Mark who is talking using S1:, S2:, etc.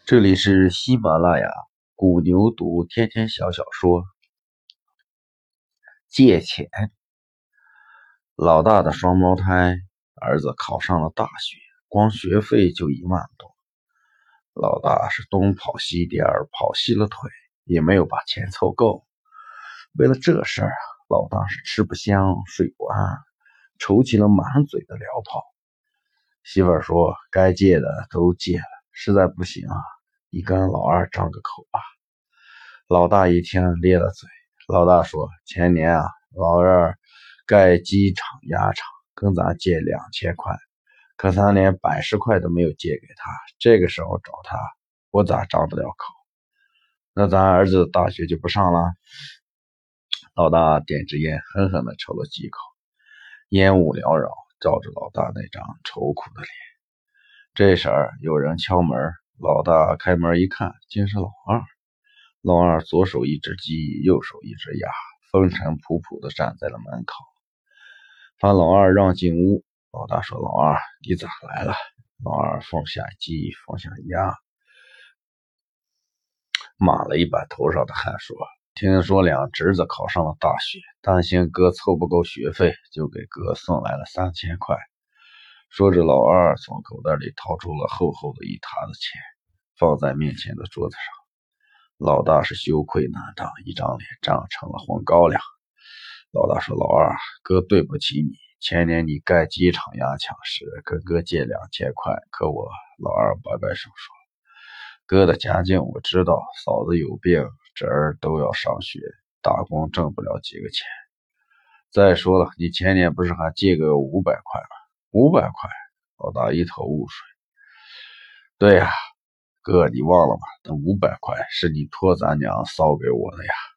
S1: 这里是喜马拉雅古牛读天天小说。借钱。老大的双胞胎儿子考上了大学，光学费就1万多。老大是东跑西颠，跑细了腿，也没有把钱凑够。为了这事儿老大是吃不香睡不安，抽起了满嘴的燎泡。媳妇儿说该借的都借了，实在不行你跟老二张个口吧。老大一听咧了嘴。老大说前年老二盖机场鸭场跟咱借2000块，可咱连110块都没有借给他，这个时候找他我咋张得了口？那咱儿子大学就不上了？老大点支烟，狠狠地抽了几口，烟雾缭绕，照着老大那张愁苦的脸。这时有人敲门，老大开门一看，竟是老二。老二左手一只鸡，右手一只鸭，风尘仆仆地站在了门口，把老二让进屋。老大说：“老二，你咋来了？”老二放下鸡，放下鸭，抹了一把头上的汗，说：“听说两侄子考上了大学，担心哥凑不够学费，就给哥送来了3000块。”说着，老二从口袋里掏出了厚厚的一沓子钱，放在面前的桌子上。老大是羞愧难当，一张脸涨成了黄高粱。老大说：“老二，哥对不起你，前年你盖机场鸭场时跟哥借2000块，可我……”老二摆摆手说：“哥的家境我知道，嫂子有病，侄儿都要上学，打工挣不了几个钱。再说了，你前年不是还借给我500块吗？”500块，老大一头雾水。对哥，你忘了吗？那500块是你托咱娘捎给我的呀。